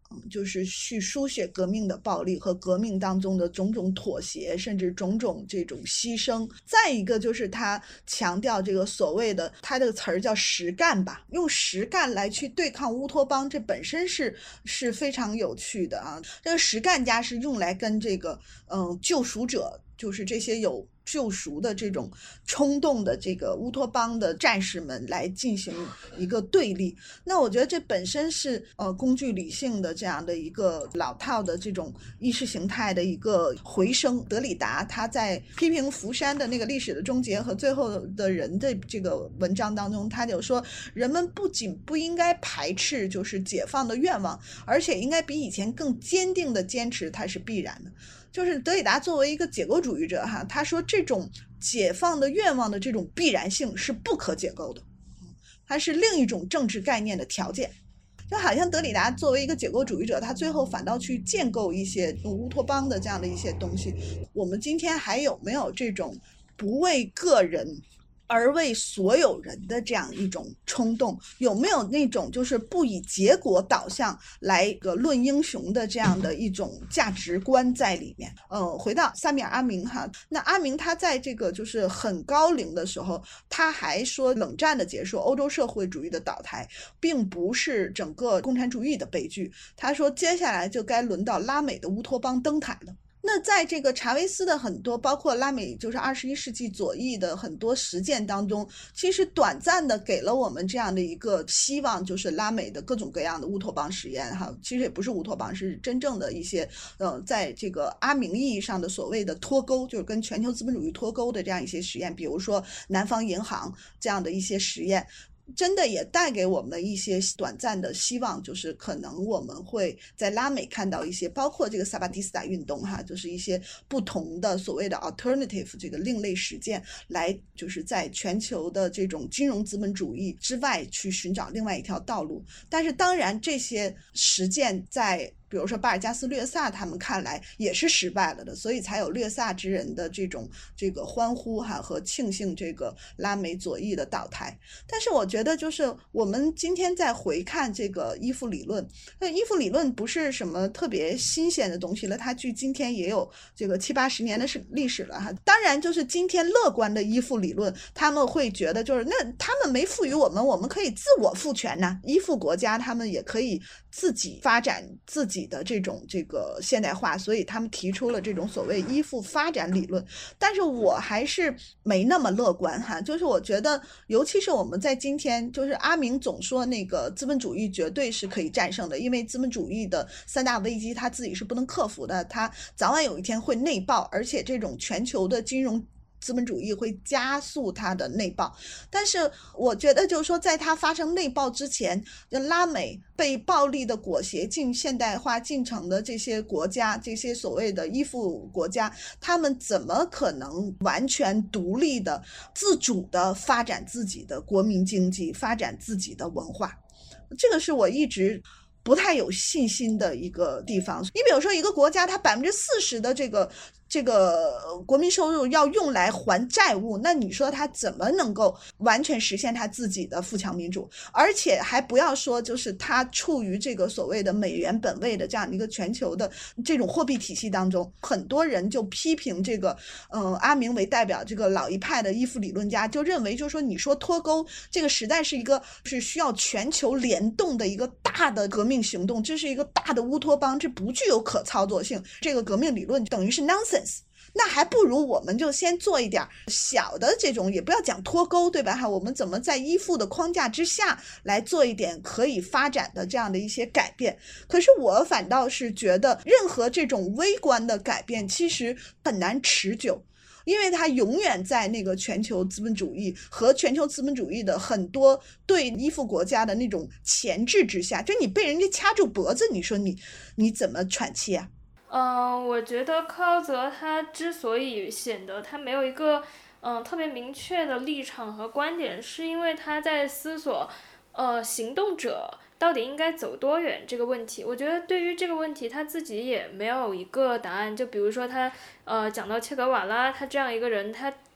就是去书写革命的暴力和革命当中的种种妥协，甚至种种这种牺牲。再一个就是他强调这个所谓的，他这个词儿叫实干吧，用实干来去对抗乌托邦，这本身是是非常有趣的啊。这个实干家是用来跟这个嗯救赎者，就是这些有救赎的这种冲动的这个乌托邦的战士们来进行一个对立。那我觉得这本身是呃工具理性的这样的一个老套的这种意识形态的一个回声。德里达他在批评福山的那个历史的终结和最后的人的这个文章当中，他就说人们不仅不应该排斥就是解放的愿望，而且应该比以前更坚定的坚持它是必然的。就是德里达作为一个解构主义者哈，他说这种解放的愿望的这种必然性是不可解构的，它是另一种政治概念的条件。就好像德里达作为一个解构主义者，他最后反倒去建构一些乌托邦的这样的一些东西。我们今天还有没有这种不为个人而为所有人的这样一种冲动？有没有那种就是不以结果导向来个论英雄的这样的一种价值观在里面？呃，回到萨米尔阿明哈，那阿明他在这个就是很高龄的时候，他还说冷战的结束，欧洲社会主义的倒台，并不是整个共产主义的悲剧。他说接下来就该轮到拉美的乌托邦登台了。那在这个查韦斯的很多包括拉美就是二十一世纪左翼的很多实践当中，其实短暂的给了我们这样的一个希望，就是拉美的各种各样的乌托邦实验哈，其实也不是乌托邦，是真正的一些呃，在这个阿明意义上的所谓的脱钩，就是跟全球资本主义脱钩的这样一些实验，比如说南方银行这样的一些实验。真的也带给我们一些短暂的希望，就是可能我们会在拉美看到一些包括这个萨巴蒂斯塔运动哈，就是一些不同的所谓的 alternative 这个另类实践，来就是在全球的这种金融资本主义之外去寻找另外一条道路。但是当然这些实践在比如说巴尔加斯略萨他们看来也是失败了的，所以才有略萨之人的这种这个欢呼哈和庆幸这个拉美左翼的倒台。但是我觉得就是我们今天在回看这个依附理论，那依附理论不是什么特别新鲜的东西了，它距今天也有这个七八十年的历史了哈。当然就是今天乐观的依附理论，他们会觉得就是那他们没赋予我们，我们可以自我赋权呐、啊，依附国家他们也可以自己发展自己的这种这个现代化，所以他们提出了这种所谓依附发展理论。但是我还是没那么乐观哈，就是我觉得尤其是我们在今天，就是阿明总说那个资本主义绝对是可以战胜的，因为资本主义的三大危机他自己是不能克服的，他早晚有一天会内爆，而且这种全球的金融资本主义会加速它的内爆。但是我觉得就是说在它发生内爆之前，拉美被暴力的裹挟进现代化进程的这些国家，这些所谓的依附国家，他们怎么可能完全独立的自主的发展自己的国民经济，发展自己的文化？这个是我一直不太有信心的一个地方。你比如说一个国家它百分之四十的这个这个国民收入要用来还债务，那你说他怎么能够完全实现他自己的富强民主？而且还不要说就是他处于这个所谓的美元本位的这样一个全球的这种货币体系当中，很多人就批评这个呃阿明为代表这个老一派的依附理论家，就认为就是说你说脱钩这个实在是一个是需要全球联动的一个大的革命行动，这是一个大的乌托邦，这不具有可操作性，这个革命理论等于是 nonsense。那还不如我们就先做一点小的这种，也不要讲脱钩，对吧哈？我们怎么在依附的框架之下来做一点可以发展的这样的一些改变？可是我反倒是觉得任何这种微观的改变其实很难持久，因为它永远在那个全球资本主义和全球资本主义的很多对依附国家的那种钳制之下，就你被人家掐住脖子，你说你你怎么喘气啊？ 嗯，我觉得柯奥泽他之所以显得他没有一个嗯特别明确的立场和观点，是因为他在思索呃行动者到底应该走多远这个问题。我觉得对于这个问题他自己也没有一个答案。就比如说他呃讲到切格瓦拉他这样一个人，他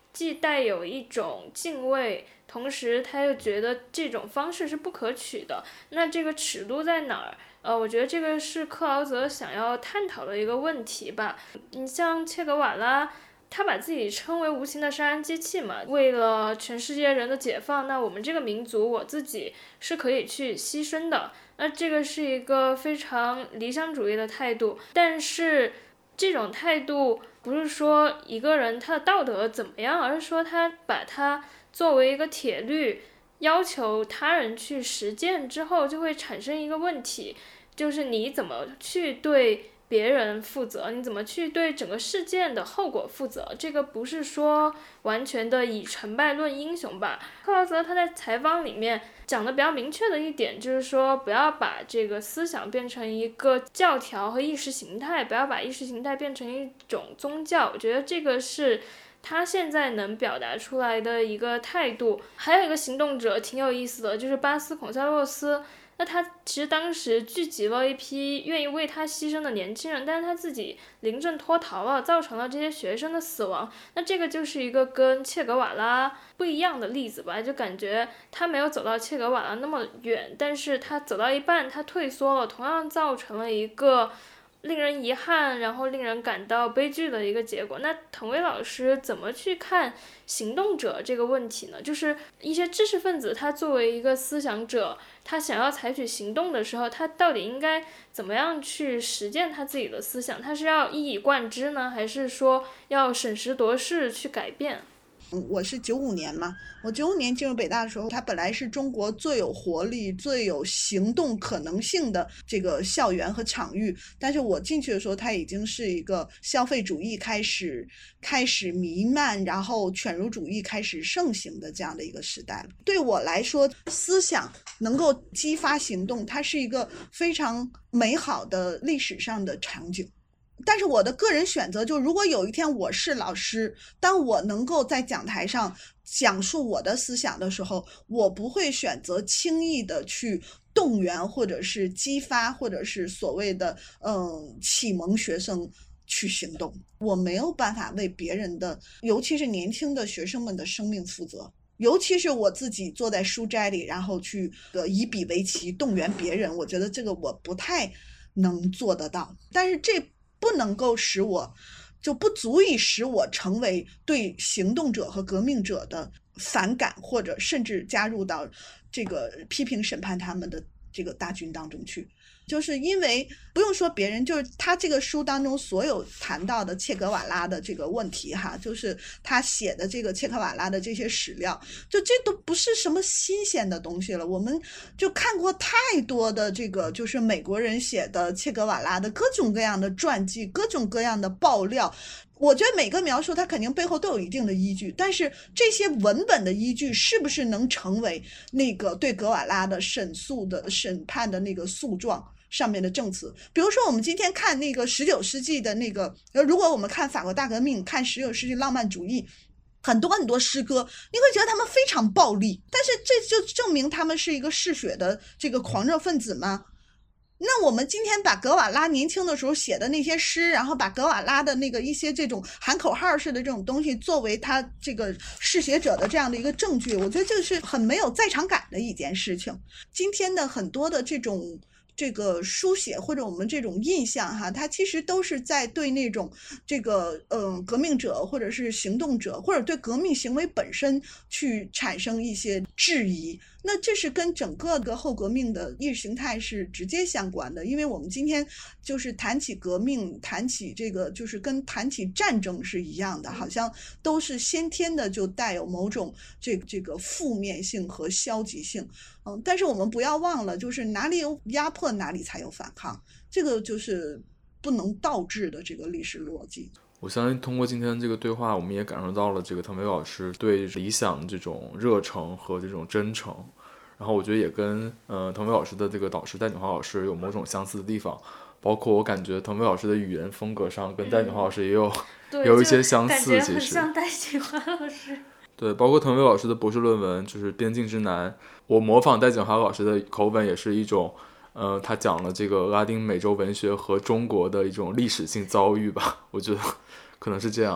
既带有一种敬畏，同时他又觉得这种方式是不可取的。那这个尺度在哪儿？呃，我觉得这个是克劳泽想要探讨的一个问题吧。你像切格瓦拉，他把自己称为无情的杀人机器嘛，为了全世界人的解放，那我们这个民族我自己是可以去牺牲的。那这个是一个非常理想主义的态度，但是这种态度不是说一个人他的道德怎么样，而是说他把它作为一个铁律，要求他人去实践之后，就会产生一个问题，就是你怎么去对别人负责，你怎么去对整个事件的后果负责。这个不是说完全的以成败论英雄吧。克劳泽他在采访里面讲的比较明确的一点就是说，不要把这个思想变成一个教条和意识形态，不要把意识形态变成一种宗教。我觉得这个是他现在能表达出来的一个态度。还有一个行动者挺有意思的，就是巴斯孔萨洛斯。那他其实当时聚集了一批愿意为他牺牲的年轻人，但是他自己临阵脱逃了，造成了这些学生的死亡。那这个就是一个跟切格瓦拉不一样的例子吧，就感觉他没有走到切格瓦拉那么远，但是他走到一半他退缩了，同样造成了一个令人遗憾然后令人感到悲剧的一个结果。那滕薇老师怎么去看行动者这个问题呢？就是一些知识分子他作为一个思想者，他想要采取行动的时候，他到底应该怎么样去实践他自己的思想？他是要一以贯之呢，还是说要审时度势去改变？ 我是九五年嘛，我九五年进入北大的时候，它本来是中国最有活力、最有行动可能性的这个校园和场域，但是我进去的时候，它已经是一个消费主义开始开始弥漫，然后犬儒主义开始盛行的这样的一个时代了。对我来说，思想能够激发行动，它是一个非常美好的历史上的场景。但是我的个人选择，就如果有一天我是老师，当我能够在讲台上讲述我的思想的时候，我不会选择轻易的去动员或者是激发或者是所谓的嗯启蒙学生去行动。我没有办法为别人的，尤其是年轻的学生们的生命负责，尤其是我自己坐在书斋里，然后去呃以笔为旗动员别人，我觉得这个我不太能做得到。但是这不能够使我，就不足以使我成为对行动者和革命者的反感，或者甚至加入到这个批评审判他们的这个大军当中去。就是因为不用说别人，就是他这个书当中所有谈到的切格瓦拉的这个问题哈，就是他写的这个切格瓦拉的这些史料，就这都不是什么新鲜的东西了。我们就看过太多的这个就是美国人写的切格瓦拉的各种各样的传记，各种各样的爆料。我觉得每个描述它肯定背后都有一定的依据，但是这些文本的依据是不是能成为那个对格瓦拉的审诉的审判的那个诉状上面的证词？比如说我们今天看那个十九世纪的那个，如果我们看法国大革命，看十九世纪浪漫主义，很多很多诗歌，你会觉得他们非常暴力，但是这就证明他们是一个嗜血的这个狂热分子吗？那我们今天把格瓦拉年轻的时候写的那些诗，然后把格瓦拉的那个一些这种喊口号式的这种东西作为他这个嗜血者的这样的一个证据，我觉得这是很没有在场感的一件事情。今天的很多的这种这个书写或者我们这种印象哈，它其实都是在对那种这个嗯革命者或者是行动者或者对革命行为本身去产生一些质疑。那这是跟整个的后革命的意识形态是直接相关的，因为我们今天就是谈起革命，谈起这个就是跟谈起战争是一样的，好像都是先天的就带有某种这个这个负面性和消极性。嗯，但是我们不要忘了，就是哪里有压迫哪里才有反抗，这个就是不能倒置的这个历史逻辑。 我相信通过今天这个对话，我们也感受到了这个滕薇老师对理想这种热诚和这种真诚，然后我觉得也跟呃滕薇老师的这个导师戴锦华老师有某种相似的地方，包括我感觉滕薇老师的语言风格上跟戴锦华老师也有、嗯、有一些相似， 感觉很像戴锦华老师。 对，包括滕薇老师的博士论文就是《边境之南》，我模仿戴锦华老师的口吻也是一种呃，他讲了这个拉丁美洲文学和中国的一种历史性遭遇吧，我觉得可能是这样。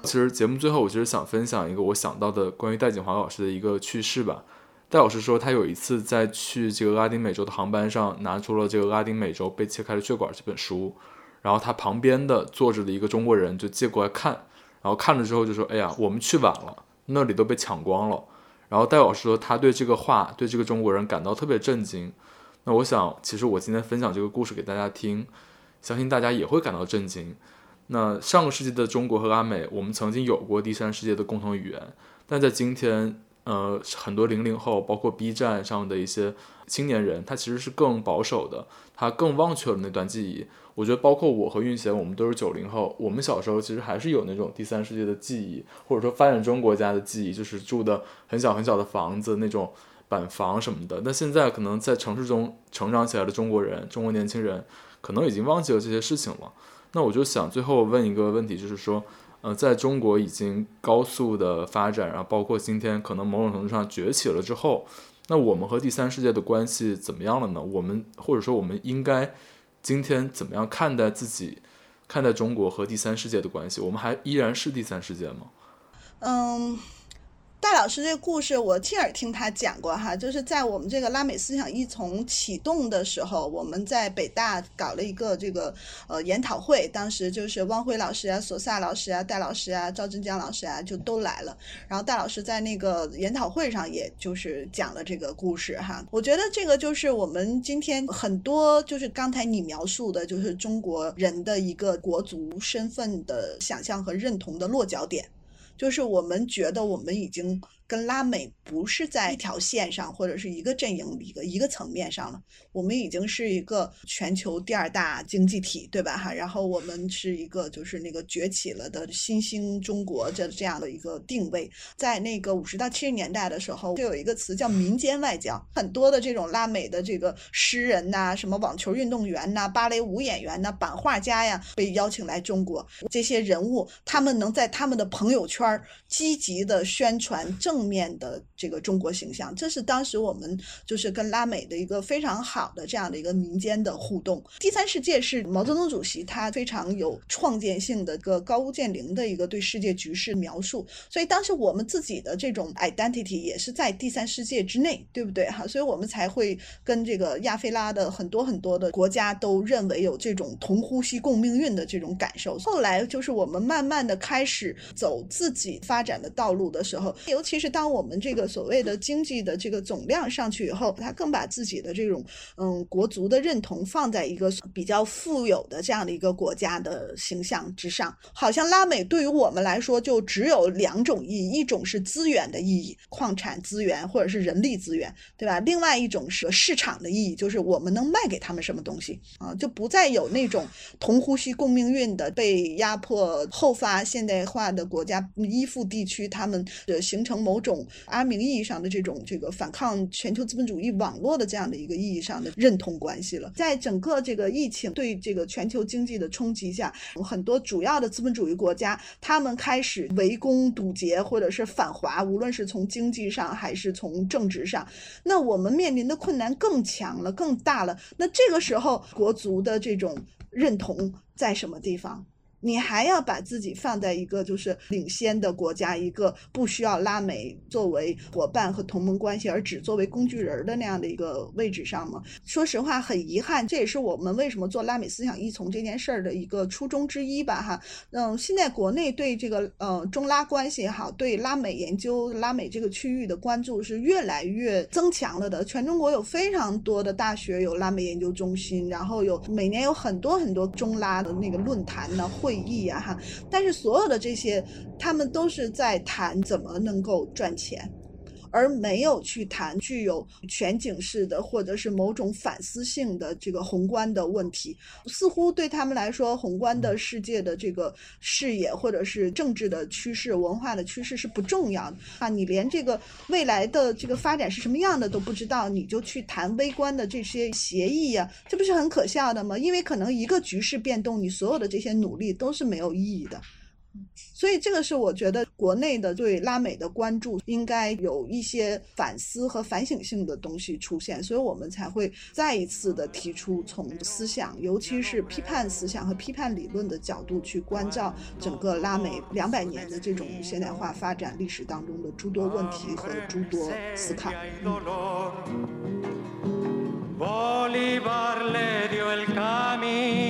其实节目最后我其实想分享一个我想到的关于戴锦华老师的一个趣事吧。戴老师说他有一次在去这个拉丁美洲的航班上拿出了这个拉丁美洲被切开的血管这本书，然后他旁边的坐着的一个中国人就借过来看，然后看了之后就说，哎呀，我们去晚了，那里都被抢光了。然后戴老师说他对这个话对这个中国人感到特别震惊。那我想其实我今天分享这个故事给大家听，相信大家也会感到震惊。那上个世纪的中国和拉美，我们曾经有过第三世界的共同语言，但在今天呃，很多零零后包括 B 站上的一些青年人，他其实是更保守的，他更忘却了那段记忆。我觉得包括我和运贤，我们都是九零后，我们小时候其实还是有那种第三世界的记忆，或者说发展中国家的记忆，就是住的很小很小的房子，那种板房什么的。那现在可能在城市中成长起来的中国人，中国年轻人可能已经忘记了这些事情了。那我就想最后问一个问题，就是说呃，在中国已经高速的发展，然后包括今天可能某种程度上崛起了之后，那我们和第三世界的关系怎么样了呢？我们或者说我们应该今天怎么样看待自己，看待中国和第三世界的关系？我们还依然是第三世界吗？ 嗯。戴老师这个故事我亲耳听他讲过哈，就是在我们这个拉美思想一从启动的时候，我们在北大搞了一个这个呃研讨会，当时就是汪辉老师啊、索萨老师啊、戴老师啊、赵振江老师啊就都来了，然后戴老师在那个研讨会上也就是讲了这个故事哈。我觉得这个就是我们今天很多就是刚才你描述的，就是中国人的一个国族身份的想象和认同的落脚点。就是我们觉得我们已经跟拉美不是在一条线上，或者是一个阵营一个一个层面上了，我们已经是一个全球第二大经济体，对吧哈？然后我们是一个就是那个崛起了的新兴中国这这样的一个定位。在那个五十到七十年代的时候，就有一个词叫民间外交，很多的这种拉美的这个诗人呐、啊，什么网球运动员呐、啊、芭蕾舞演员呐、啊、版画家呀，被邀请来中国。这些人物他们能在他们的朋友圈积极的宣传正面的这个中国形象，这是当时我们就是跟拉美的一个非常好的这样的一个民间的互动。第三世界是毛泽东主席他非常有创建性的一个高屋建瓴的一个对世界局势描述，所以当时我们自己的这种 identity 也是在第三世界之内，对不对哈？所以我们才会跟这个亚非拉的很多很多的国家都认为有这种同呼吸共命运的这种感受。后来就是我们慢慢的开始走自己发展的道路的时候，尤其是当我们这个所谓的经济的这个总量上去以后，他更把自己的这种嗯国族的认同放在一个比较富有的这样的一个国家的形象之上。好像拉美对于我们来说就只有两种意义，一种是资源的意义，矿产资源或者是人力资源，对吧？另外一种是市场的意义，就是我们能卖给他们什么东西啊，就不再有那种同呼吸共命运的被压迫后发现代化的国家依附地区，他们形成某种阿明意义上的这种这个反抗全球资本主义网络的这样的一个意义上的认同关系了。在整个这个疫情对这个全球经济的冲击下，很多主要的资本主义国家他们开始围攻堵截或者是反华，无论是从经济上还是从政治上，那我们面临的困难更强了更大了。那这个时候国族的这种认同在什么地方？你还要把自己放在一个就是领先的国家，一个不需要拉美作为伙伴和同盟关系，而只作为工具人的那样的一个位置上吗？说实话很遗憾，这也是我们为什么做拉美思想一从这件事儿的一个初衷之一吧哈。嗯，现在国内对这个呃中拉关系也好，对拉美研究拉美这个区域的关注是越来越增强了的。全中国有非常多的大学有拉美研究中心，然后有每年有很多很多中拉的那个论坛呢会议啊哈，但是所有的这些他们都是在谈怎么能够赚钱，而没有去谈具有全景式的或者是某种反思性的这个宏观的问题。似乎对他们来说，宏观的世界的这个视野或者是政治的趋势、文化的趋势是不重要的啊！你连这个未来的这个发展是什么样的都不知道，你就去谈微观的这些协议啊，这不是很可笑的吗？因为可能一个局势变动，你所有的这些努力都是没有意义的。 所以这个是我觉得国内的对拉美的关注应该有一些反思和反省性的东西出现，所以我们才会再一次的提出从思想，尤其是批判思想和批判理论的角度去关照整个拉美两百年的这种现代化发展历史当中的诸多问题和诸多思考。嗯